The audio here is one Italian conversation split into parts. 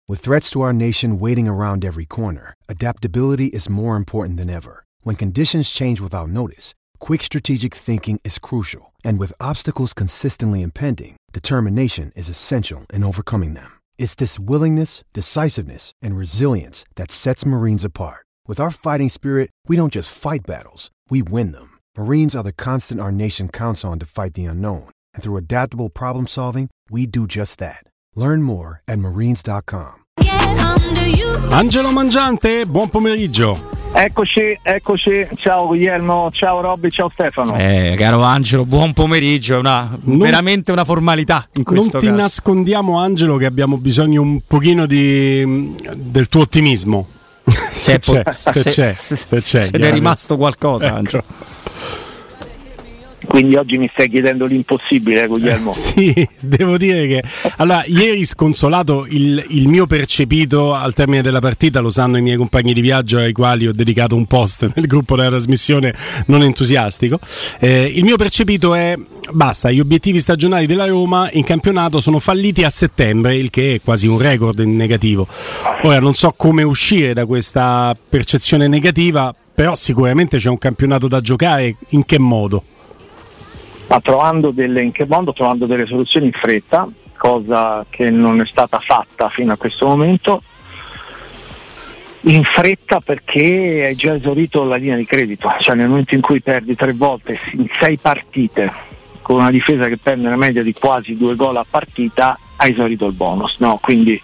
With threats to our nation waiting around every corner, adaptability is more important than ever. When conditions change without notice, quick strategic thinking is crucial. And with obstacles consistently impending, determination is essential in overcoming them. It's this willingness, decisiveness, and resilience that sets Marines apart. With our fighting spirit, we don't just fight battles, we win them. Marines are the constant our nation counts on to fight the unknown. And through adaptable problem solving, we do just that. Learn more at marines.com. Angelo Mangiante, buon pomeriggio. Eccoci, ciao Guglielmo, ciao Robby, ciao Stefano. Caro Angelo, buon pomeriggio, veramente una formalità in questo caso. Non ti nascondiamo, Angelo, che abbiamo bisogno un pochino del tuo ottimismo. Se c'è. Se ne è rimasto qualcosa, ecco. Angelo. Quindi oggi mi stai chiedendo l'impossibile, Guglielmo. Sì, devo dire che allora ieri sconsolato il mio percepito al termine della partita, lo sanno i miei compagni di viaggio ai quali ho dedicato un post nel gruppo della trasmissione non entusiastico. Il mio percepito è basta, gli obiettivi stagionali della Roma in campionato sono falliti a settembre, il che è quasi un record in negativo. Ora non so come uscire da questa percezione negativa, però sicuramente c'è un campionato da giocare. In che modo? Ma trovando delle soluzioni in fretta, cosa che non è stata fatta fino a questo momento. In fretta perché hai già esaurito la linea di credito, cioè nel momento in cui perdi 3 volte in 6 partite con una difesa che prende una media di quasi 2 gol a partita, hai esaurito il bonus, no? Quindi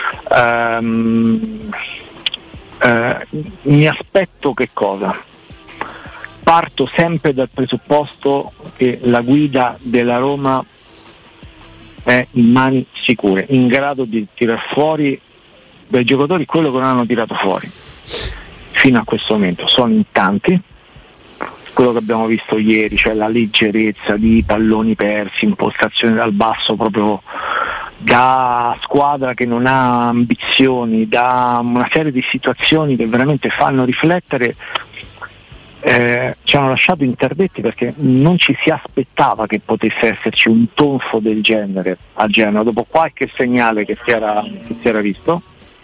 mi aspetto che cosa? Parto sempre dal presupposto che la guida della Roma è in mani sicure, in grado di tirar fuori dai giocatori quello che non hanno tirato fuori fino a questo momento. Sono in tanti, quello che abbiamo visto ieri, cioè la leggerezza di palloni persi, impostazione dal basso proprio da squadra che non ha ambizioni, da una serie di situazioni che veramente fanno riflettere. Ci hanno lasciato interdetti perché non ci si aspettava che potesse esserci un tonfo del genere a Genova dopo qualche segnale che si era visto,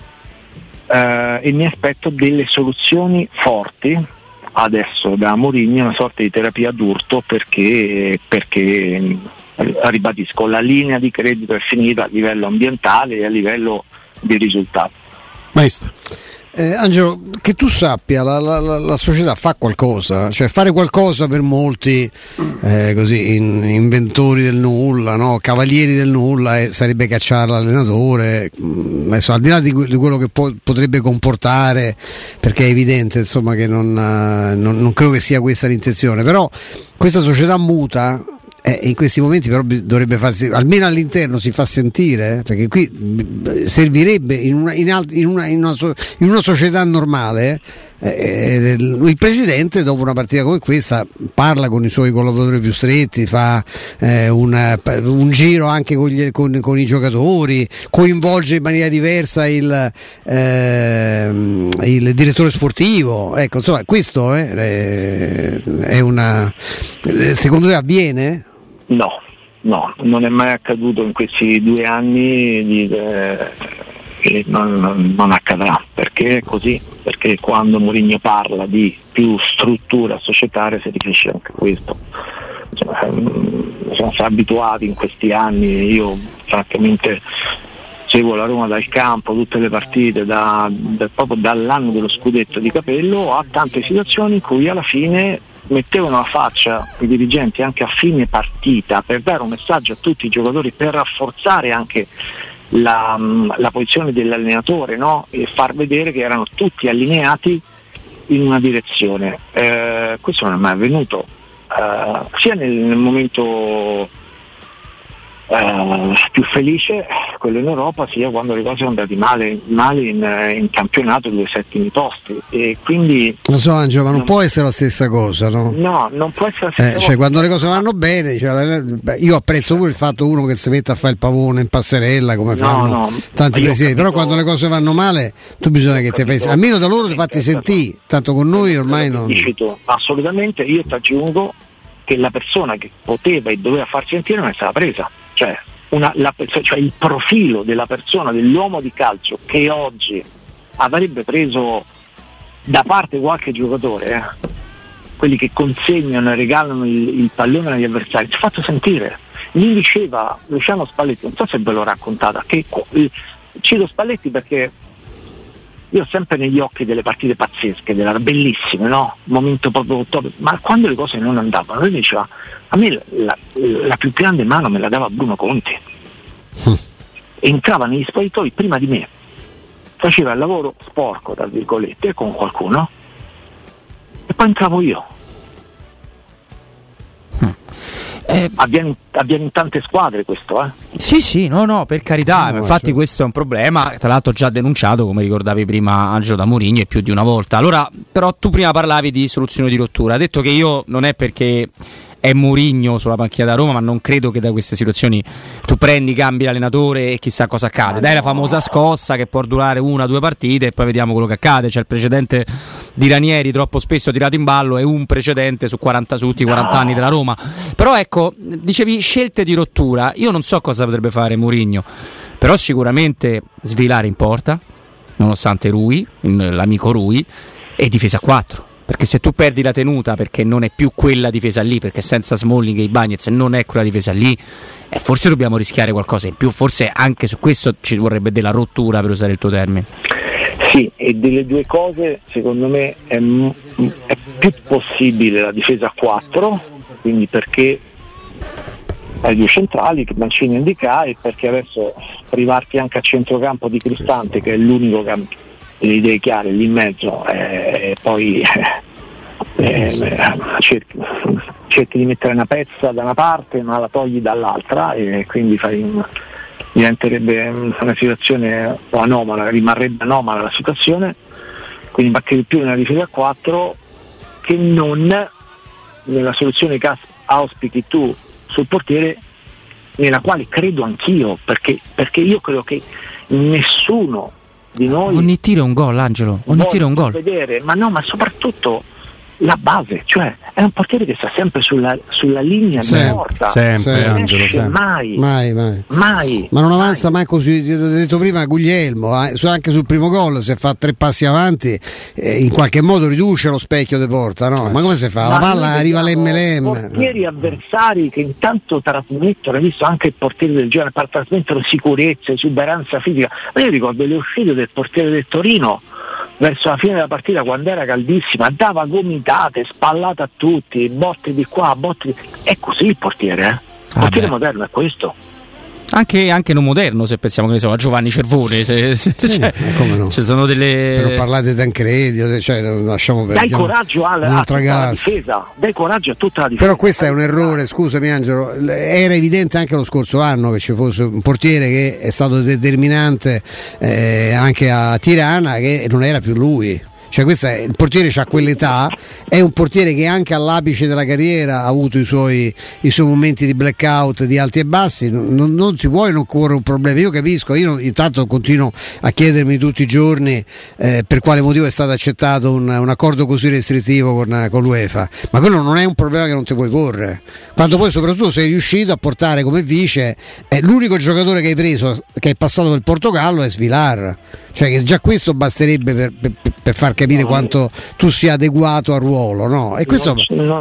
e mi aspetto delle soluzioni forti adesso da Mourinho, una sorta di terapia d'urto perché ribadisco, la linea di credito è finita a livello ambientale e a livello di risultati. Maestro. Angelo, che tu sappia, la società fa qualcosa, cioè fare qualcosa per molti così inventori del nulla, no? Cavalieri del nulla, sarebbe cacciare l'allenatore, adesso, al di là di quello che potrebbe comportare, perché è evidente insomma che non credo che sia questa l'intenzione, però questa società muta. In questi momenti però dovrebbe farsi, almeno all'interno si fa sentire, perché qui servirebbe in una società normale il presidente dopo una partita come questa parla con i suoi collaboratori più stretti, fa un giro anche con i giocatori, coinvolge in maniera diversa il direttore sportivo, ecco, insomma questo è una, secondo te avviene? No, non è mai accaduto in questi 2 anni e non accadrà, perché è così, perché quando Mourinho parla di più struttura societaria si riferisce anche a questo. Siamo abituati in questi anni, io francamente seguo la Roma dal campo, tutte le partite proprio dall'anno dello scudetto di Capello, a tante situazioni in cui alla fine mettevano la faccia i dirigenti anche a fine partita per dare un messaggio a tutti i giocatori, per rafforzare anche la posizione dell'allenatore, no? E far vedere che erano tutti allineati in una direzione. Questo non è mai avvenuto, sia nel momento più felice, quello in Europa, sia quando le cose sono andate male in campionato, 2 settimi posti, e quindi lo so Angelo, ma non può essere la stessa cosa, no? No, non può essere la stessa cosa. Cioè quando le cose vanno bene, io apprezzo pure il fatto uno che si mette a fare il pavone in passerella come fanno tanti presidenti, però quando le cose vanno male tu bisogna che ti fai, almeno da loro ti fatti sentire, tanto con noi ormai non dici tu. Assolutamente, io ti aggiungo che la persona che poteva e doveva farsi sentire non è stata presa, cioè cioè il profilo della persona, dell'uomo di calcio che oggi avrebbe preso da parte qualche giocatore, quelli che consegnano e regalano il pallone agli avversari, si è fatto sentire. Mi diceva Luciano Spalletti, non so se ve l'ho raccontata, che cito Spalletti perché io ho sempre negli occhi delle partite pazzesche, bellissime, no? Un momento proprio top, ma quando le cose non andavano, lui diceva: a me la più grande mano me la dava Bruno Conti. Entrava negli spogliatoi prima di me, faceva il lavoro sporco, tra virgolette, con qualcuno, e poi entravo io. Avviene in tante squadre questo, Sì, no, per carità, infatti questo è un problema, tra l'altro già denunciato, come ricordavi prima Angelo, da Mourinho, e più di una volta. Allora, però tu prima parlavi di soluzione di rottura, ha detto che io non è perché è Mourinho sulla panchina da Roma, ma non credo che da queste situazioni tu cambi l'allenatore e chissà cosa accade. Dai la famosa scossa che può durare 1 o 2 partite e poi vediamo quello che accade. C'è il precedente di Ranieri, troppo spesso tirato in ballo, è un precedente su tutti i 40 anni della Roma. Però ecco, dicevi scelte di rottura, io non so cosa potrebbe fare Mourinho, però sicuramente svilare in porta, nonostante Rui, l'amico Rui, e difesa a 4. Perché se tu perdi la tenuta, perché non è più quella difesa lì, perché senza Smalling e Ibañez non è quella difesa lì, forse dobbiamo rischiare qualcosa in più, forse anche su questo ci vorrebbe della rottura, per usare il tuo termine. Sì, e delle due cose secondo me è più possibile la difesa a 4, quindi perché hai 2 centrali, Mancini e Ndicà, e perché adesso privarti anche a centrocampo di Cristante, che è l'unico che ha le idee chiare lì in mezzo, poi cerchi di mettere una pezza da una parte ma la togli dall'altra, e quindi diventerebbe una situazione anomala, rimarrebbe anomala la situazione, quindi battere più nella difesa a 4 che non nella soluzione che auspichi tu sul portiere, nella quale credo anch'io, perché io credo che nessuno di noi ogni tiro è un gol, Angelo, ogni tiro è un gol. Vedere, ma ma soprattutto la base, cioè è un portiere che sta sempre sulla linea di porta, sempre Angelo, mai. Ma non avanza mai così. Ti ho detto prima Guglielmo, anche sul primo gol, se fa 3 passi avanti, in qualche modo riduce lo specchio di porta, no? Ma come si fa? La palla arriva all'MLM. Portieri avversari che intanto trasmettono, hai visto anche il portiere del genere, trasmettono sicurezza, esuberanza fisica. Ma io ricordo le uscite del portiere del Torino verso la fine della partita, quando era caldissima, dava gomitate, spallate a tutti, botte di qua, botte di... È così il portiere, Il portiere moderno è questo. Anche non moderno, se pensiamo che ne so a Giovanni Cervone, come no? Ci sono delle. Però parlate di Tancredi, lasciamo perdere. Dai coraggio a tutta la difesa, dai coraggio a tutta la difesa. Però questo è un errore, scusami Angelo, era evidente anche lo scorso anno che ci fosse un portiere che è stato determinante anche a Tirana, che non era più lui. Cioè il portiere c'ha quell'età, è un portiere che anche all'apice della carriera ha avuto i suoi momenti di blackout, di alti e bassi, non si può e non corre un problema. Io capisco, io intanto continuo a chiedermi tutti i giorni per quale motivo è stato accettato un accordo così restrittivo con l'UEFA, ma quello non è un problema che non ti puoi porre, quando poi soprattutto sei riuscito a portare come vice l'unico giocatore che hai preso, che è passato per il Portogallo, è Svilar. Cioè che già questo basterebbe per far capire quanto tu sia adeguato al ruolo, no? E questo,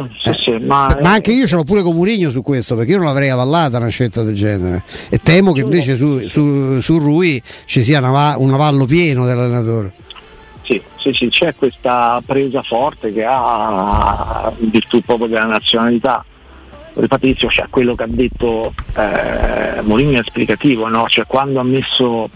ma anche io ce l'ho pure con Mourinho su questo, perché io non l'avrei avallata una scelta del genere, e temo che invece su Rui ci sia un avallo pieno dell'allenatore. Sì, c'è questa presa forte che ha in virtù proprio della nazionalità. Patrizio, cioè quello che ha detto Mourinho è esplicativo, no? Cioè quando ha messo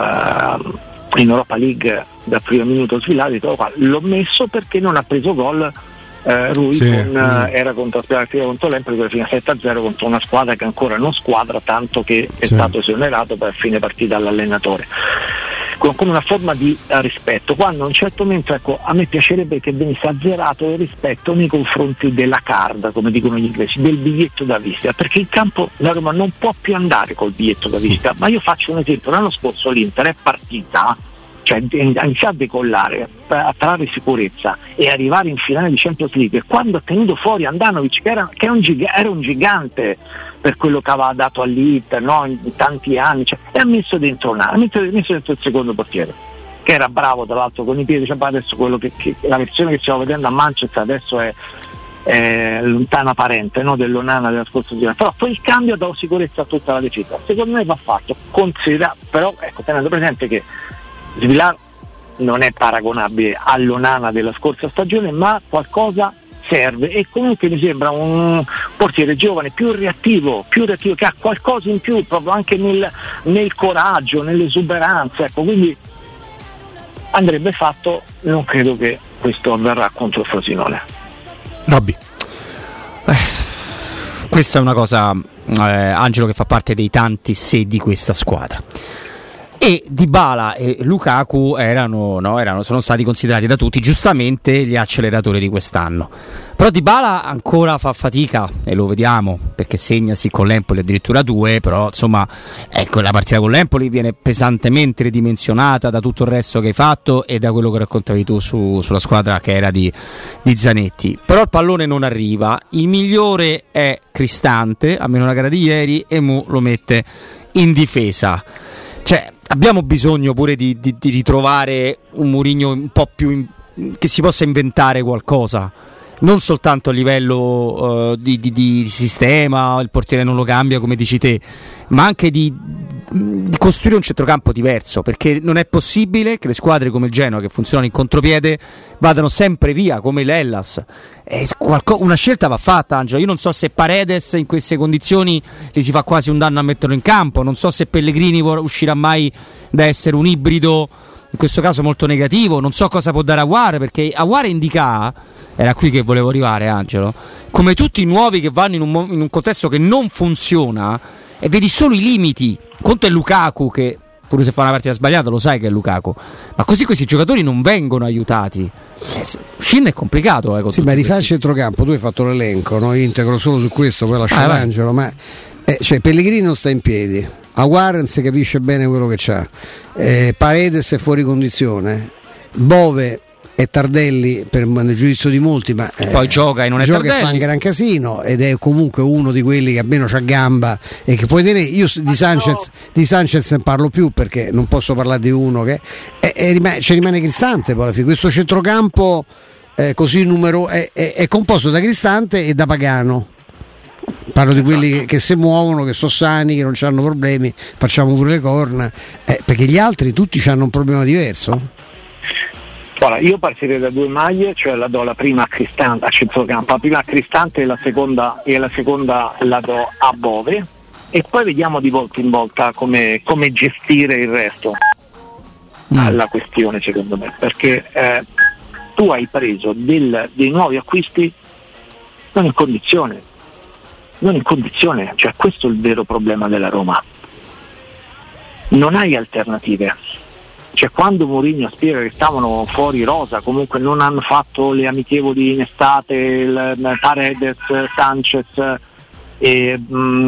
in Europa League dal primo minuto Svilar, l'ho messo perché non ha preso gol Rui, era contro l'Empoli, fino a 7-0 contro una squadra che ancora non squadra, tanto che è stato esonerato per fine partita dall'allenatore, come una forma di rispetto, quando a un certo momento a me piacerebbe che venisse azzerato il rispetto nei confronti della card, come dicono gli inglesi, del biglietto da visita, perché in campo la Roma non può più andare col biglietto da visita. Ma io faccio un esempio: l'anno scorso l'Inter è partita cioè iniziare a decollare, a trarre sicurezza e arrivare in finale di Champions League, quando ha tenuto fuori Andanovic che era un gigante per quello che aveva dato all'Inter, no? in tanti anni, cioè, e ha messo dentro il secondo portiere, che era bravo tra l'altro con i piedi, cioè, adesso quello che la versione che stiamo vedendo a Manchester adesso è lontana parente, no? dell'Onana della scorsa settimana, però poi il cambio ha dato sicurezza a tutta la difesa, secondo me va fatto, però ecco, tenendo presente che Svilar non è paragonabile all'Onana della scorsa stagione, ma qualcosa serve, e comunque mi sembra un portiere giovane, più reattivo, che ha qualcosa in più proprio anche nel coraggio, nell'esuberanza, ecco, quindi andrebbe fatto. Non credo che questo avverrà contro il Frosinone. Robby, questa è una cosa, Angelo, che fa parte dei tanti se di questa squadra. E Dybala e Lukaku sono stati considerati da tutti giustamente gli acceleratori di quest'anno. Però Dybala ancora fa fatica, e lo vediamo perché segna sì con l'Empoli addirittura 2, però insomma ecco, la partita con l'Empoli viene pesantemente ridimensionata da tutto il resto che hai fatto e da quello che raccontavi tu sulla squadra che era di Zanetti. Però il pallone non arriva, il migliore è Cristante, a meno una gara di ieri, e Mu lo mette in difesa. Cioè, abbiamo bisogno pure di ritrovare un Mourinho un po' più che si possa inventare qualcosa, non soltanto a livello di sistema, il portiere non lo cambia come dici te, ma anche di costruire un centrocampo diverso, perché non è possibile che le squadre come il Genoa, che funzionano in contropiede, vadano sempre via come l'Hellas. Una scelta va fatta, Angelo. Io non so se Paredes in queste condizioni gli si fa quasi un danno a metterlo in campo, non so se Pellegrini uscirà mai da essere un ibrido, in questo caso molto negativo, non so cosa può dare Aouar, perché Aouar indica, era qui che volevo arrivare, Angelo, come tutti i nuovi che vanno in un contesto che non funziona e vedi solo i limiti. Conto è Lukaku, che pure se fa una partita sbagliata lo sai che è Lukaku, ma così questi giocatori non vengono aiutati. Shin è complicato, sì, ma rifai il centrocampo, tu hai fatto l'elenco, no? Io integro solo su questo, poi lascio l'Angelo, ma cioè Pellegrini non sta in piedi, Aouar non si capisce bene quello che c'ha, Paredes è fuori condizione, Bove e Tardelli nel giudizio di molti, ma poi gioca e non è Tardelli, e fa un gran casino, ed è comunque uno di quelli che almeno c'ha gamba e che puoi tenere. Io di Sanchez ne parlo più perché non posso parlare di uno che ci rimane Cristante. Poi questo centrocampo così è composto da Cristante e da Pagano. Parlo di quelli che si muovono, che sono sani, che non hanno problemi, facciamo pure le corna, perché gli altri tutti hanno un problema diverso. Allora, io partirei da due maglie, cioè la do la prima a Cristante, a centrocampo, la prima a Cristante e la seconda la do a Bove, e poi vediamo di volta in volta come gestire il resto alla questione, secondo me, perché tu hai preso dei nuovi acquisti non in condizione, cioè questo è il vero problema della Roma, non hai alternative. Cioè, quando Mourinho spiega che stavano fuori rosa, comunque non hanno fatto le amichevoli in estate, Paredes, Sanchez e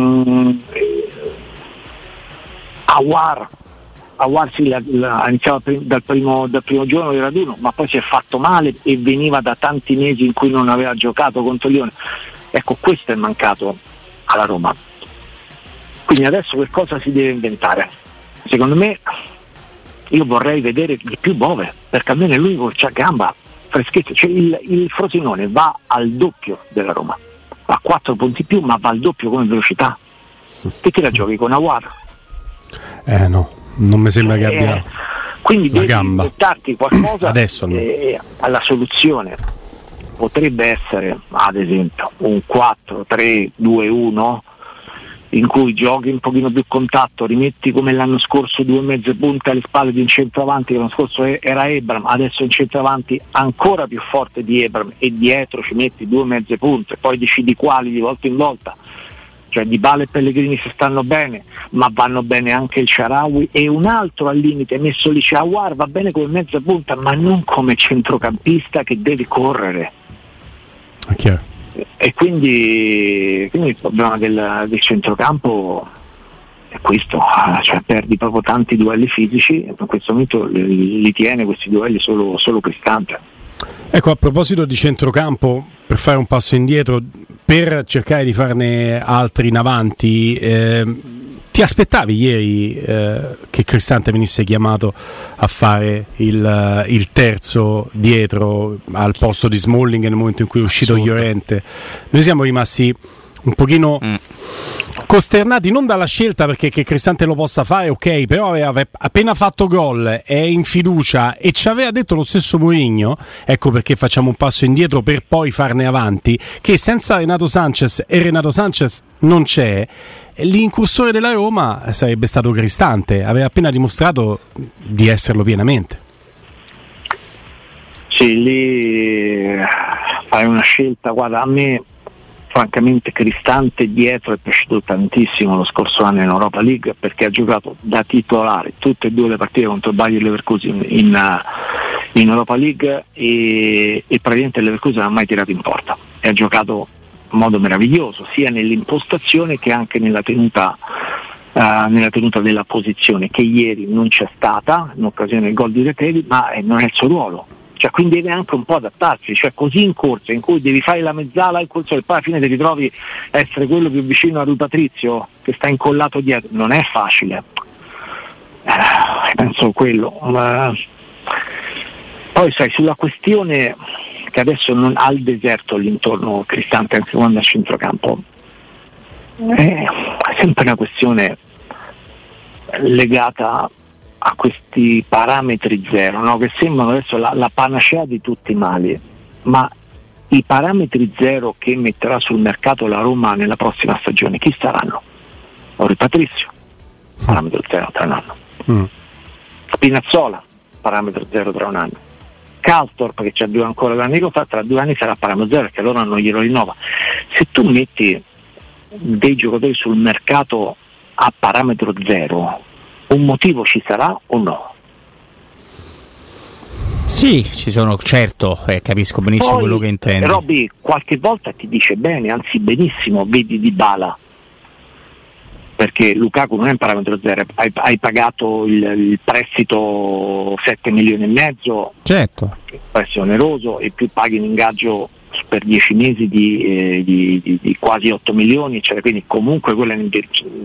Aouar sì, ha iniziato dal primo giorno di raduno, ma poi si è fatto male e veniva da tanti mesi in cui non aveva giocato contro il Lione. Ecco, questo è mancato alla Roma. Quindi adesso che cosa si deve inventare? Secondo me io vorrei vedere di più Bove, perché almeno è l'unico che c'ha gamba, freschezza. Cioè il Frosinone va al doppio della Roma, ha 4 punti in più, ma va al doppio come velocità. Che ti la giochi con Aouar? No, non mi sembra che abbia quindi la devi gamba. inventarti qualcosa. Adesso no. La soluzione potrebbe essere, ad esempio, un 4-3-2-1 in cui giochi un pochino più contatto, rimetti come l'anno scorso 2 mezze punte alle spalle di un centravanti, che l'anno scorso era Ebram, adesso un centravanti ancora più forte di Ebram, e dietro ci metti 2 mezze punte, poi decidi quali di volta in volta. Cioè Dybala e Pellegrini si stanno bene, ma vanno bene anche il Shaarawy, e un altro al limite messo lì, Aouar va bene come mezza punta, ma non come centrocampista che deve correre. Okay. E quindi il problema del centrocampo è questo, cioè perdi proprio tanti duelli fisici, in questo momento li tiene questi duelli solo Cristante. Ecco, a proposito di centrocampo, per fare un passo indietro, per cercare di farne altri in avanti, ti aspettavi ieri che Cristante venisse chiamato a fare il terzo dietro al posto di Smalling nel momento in cui è uscito Llorente? Noi siamo rimasti un pochino costernati, non dalla scelta, perché che Cristante lo possa fare, ok, però aveva appena fatto gol, è in fiducia e ci aveva detto lo stesso Mourinho, ecco perché facciamo un passo indietro per poi farne avanti, che senza Renato Sanchez, e Renato Sanchez non c'è, l'incursore della Roma sarebbe stato Cristante, aveva appena dimostrato di esserlo pienamente. Sì, lì fai una scelta, guarda, a me francamente Cristante dietro è piaciuto tantissimo lo scorso anno in Europa League, perché ha giocato da titolare tutte e due le partite contro Bayer Leverkusen in Europa League e praticamente il Leverkusen non ha mai tirato in porta e ha giocato in modo meraviglioso sia nell'impostazione che anche nella tenuta della posizione, che ieri non c'è stata in occasione del gol di De Credi, ma non è il suo ruolo. Cioè, quindi deve anche un po' adattarsi, cioè così in corsa in cui devi fare la mezzala in corsa e poi alla fine ti ritrovi a essere quello più vicino a Rui Patrizio che sta incollato dietro, non è facile, penso quello. Poi sai, sulla questione che adesso non ha il deserto all'intorno Cristante anche quando è a centrocampo, è sempre una questione legata a questi parametri zero, no? Che sembrano adesso la panacea di tutti i mali, ma i parametri zero che metterà sul mercato la Roma nella prossima stagione chi saranno? Rui Patrizio, parametro zero tra un anno, Spinazzola, parametro zero tra un anno, Karsdorp, che c'ha 2 ancora da anni fa, tra 2 anni sarà parametro zero perché loro non glielo rinnova. Se tu metti dei giocatori sul mercato a parametro zero, un motivo ci sarà o no? Sì, ci sono, certo, capisco benissimo poi, quello che intendi. Robby qualche volta ti dice bene, anzi benissimo, vedi Dybala, perché Lukaku non è un parametro zero, hai pagato il prestito 7 milioni e mezzo, certo, prestito oneroso, e più paghi un ingaggio per 10 mesi di quasi 8 milioni, cioè, quindi comunque quello non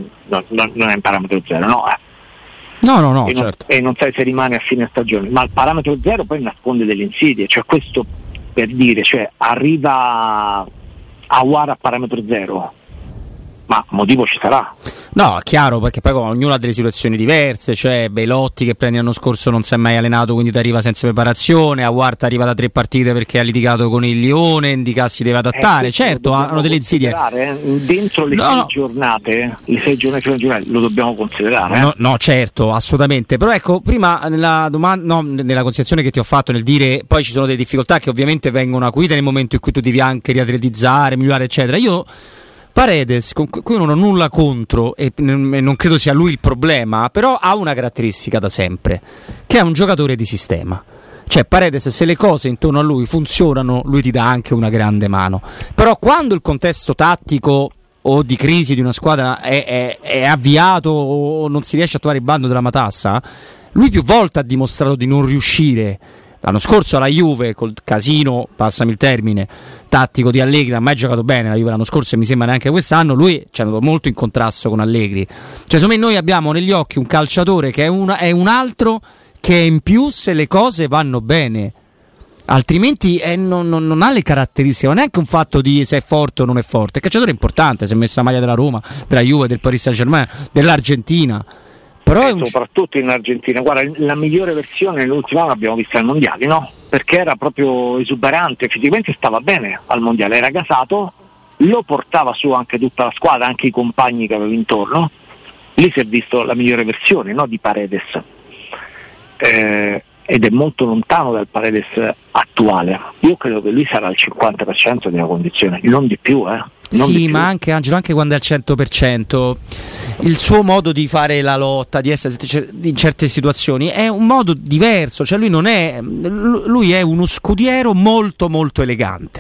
è un parametro zero, no? No, certo. E non sai se rimane a fine stagione, ma il parametro zero poi nasconde delle insidie, cioè questo per dire, cioè arriva Aouar a parametro zero, ma motivo ci sarà. No, chiaro, perché poi ognuno ha delle situazioni diverse, cioè Belotti che prendi l'anno scorso non si è mai allenato, quindi ti arriva senza preparazione, Aouar arriva da 3 partite perché ha litigato con il Lione, Ndicà si deve adattare, certo, hanno delle insidie. Dentro le 6 giornate, le 6 giornate lo dobbiamo considerare. No, certo, assolutamente. Però ecco, prima nella considerazione che ti ho fatto nel dire poi ci sono delle difficoltà che ovviamente vengono acuite nel momento in cui tu devi anche riatletizzare, migliorare, eccetera. Io Paredes, con cui non ho nulla contro e non credo sia lui il problema, però ha una caratteristica da sempre, che è un giocatore di sistema. Cioè Paredes, se le cose intorno a lui funzionano, lui ti dà anche una grande mano. Però quando il contesto tattico o di crisi di una squadra è avviato o non si riesce a trovare il bando della matassa, lui più volte ha dimostrato di non riuscire. L'anno scorso alla Juve col casino, passami il termine, tattico di Allegri, non ha mai giocato bene la Juve l'anno scorso e mi sembra neanche quest'anno, lui ci è andato molto in contrasto con Allegri. Cioè secondo me noi abbiamo negli occhi un calciatore che è un altro che è in più se le cose vanno bene, altrimenti non ha le caratteristiche, non è neanche un fatto di se è forte o non è forte. Il calciatore è importante, si è messo la maglia della Roma, della Juve, del Paris Saint-Germain, dell'Argentina. Però soprattutto in Argentina, guarda, la migliore versione nell'ultimo anno l'abbiamo vista ai mondiali, no? Perché era proprio esuberante, fisicamente stava bene al mondiale, era gasato, lo portava su anche tutta la squadra, anche i compagni che aveva intorno. Lì si è visto la migliore versione, no, di Paredes, ed è molto lontano dal Paredes attuale. Io credo che lui sarà al 50% della condizione, non di più, sì, ma anche Angelo, anche quando è al 100%, il suo modo di fare la lotta, di essere in certe situazioni è un modo diverso, cioè lui è uno scudiero molto molto elegante.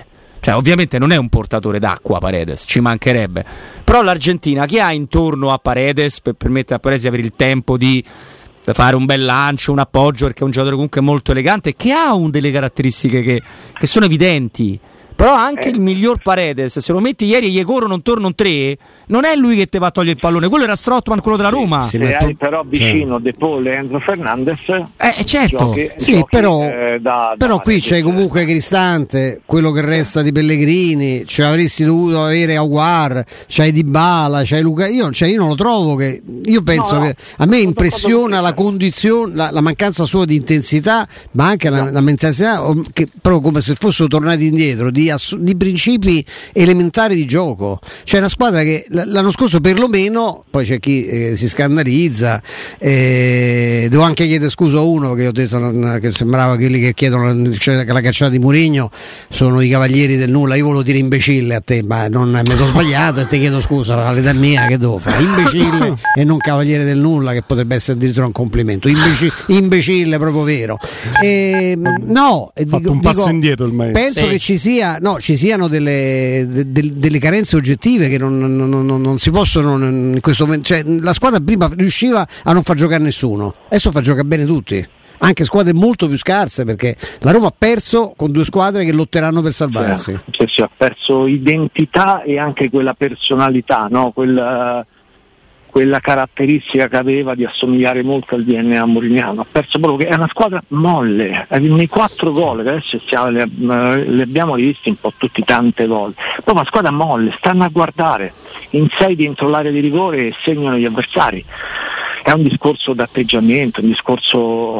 Cioè, ovviamente non è un portatore d'acqua Paredes, ci mancherebbe. Però l'Argentina che ha intorno a Paredes per permettere a Paredes di avere il tempo di fare un bel lancio, un appoggio, perché è un giocatore comunque molto elegante, che ha delle caratteristiche che sono evidenti. Però anche il miglior Paredes, se lo metti ieri e gli corrono intorno un 3, non è lui che ti va a togliere il pallone, quello era Strootman, quello della Roma. Se hai però vicino De Paul e Enzo Fernandez, certo. Giochi, però qui c'è comunque Cristante, quello che resta di Pellegrini, cioè avresti dovuto avere Aouar, c'hai Dybala, c'hai Luca. Io non lo trovo che. Io penso che a me impressiona la condizione, la mancanza sua di intensità, ma anche la mentalità, che proprio come se fossero tornati indietro di principi elementari di gioco. C'è una squadra che l'anno scorso perlomeno, poi c'è chi si scandalizza, devo anche chiedere scusa a uno che ho detto che sembrava quelli che chiedono la cacciata di Mourinho sono i cavalieri del nulla. Io volevo dire imbecille a te, ma non mi sono sbagliato e ti chiedo scusa all'età mia, che devo fare? Imbecille e non cavaliere del nulla, che potrebbe essere addirittura un complimento. Imbecille proprio vero. No, fatto un passo indietro il maestro. Penso che ci siano delle carenze oggettive che non si possono in questo momento. Cioè, la squadra prima riusciva a non far giocare nessuno, adesso fa giocare bene tutti, anche squadre molto più scarse, perché la Roma ha perso con due squadre che lotteranno per salvarsi. Sì, ha perso identità e anche quella personalità, no? Quella caratteristica che aveva di assomigliare molto al DNA mouriniano. Ha perso proprio, che è una squadra molle, nei 4 gol che adesso le abbiamo rivisti un po' tutti tante volte, poi una squadra molle, stanno a guardare in 6 dentro l'area di rigore e segnano gli avversari. È un discorso d'atteggiamento, un discorso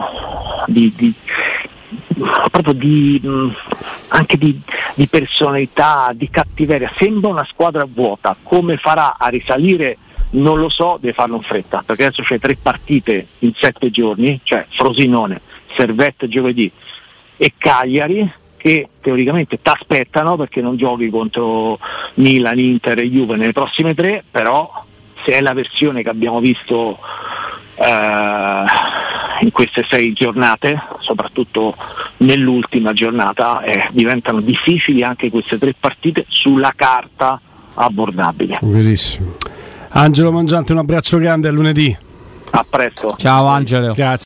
anche di personalità, di cattiveria. Sembra una squadra vuota. Come farà a risalire? Non lo so, deve farlo in fretta, perché adesso c'è 3 partite in 7 giorni, cioè Frosinone, Servette giovedì e Cagliari, che teoricamente ti aspettano perché non giochi contro Milan, Inter e Juve nelle prossime 3, però se è la versione che abbiamo visto in queste 6 giornate, soprattutto nell'ultima giornata, diventano difficili anche queste 3 partite sulla carta abbordabili. Verissimo. Angelo Mangiante, un abbraccio grande, a lunedì. A presto. Ciao Angelo. Grazie.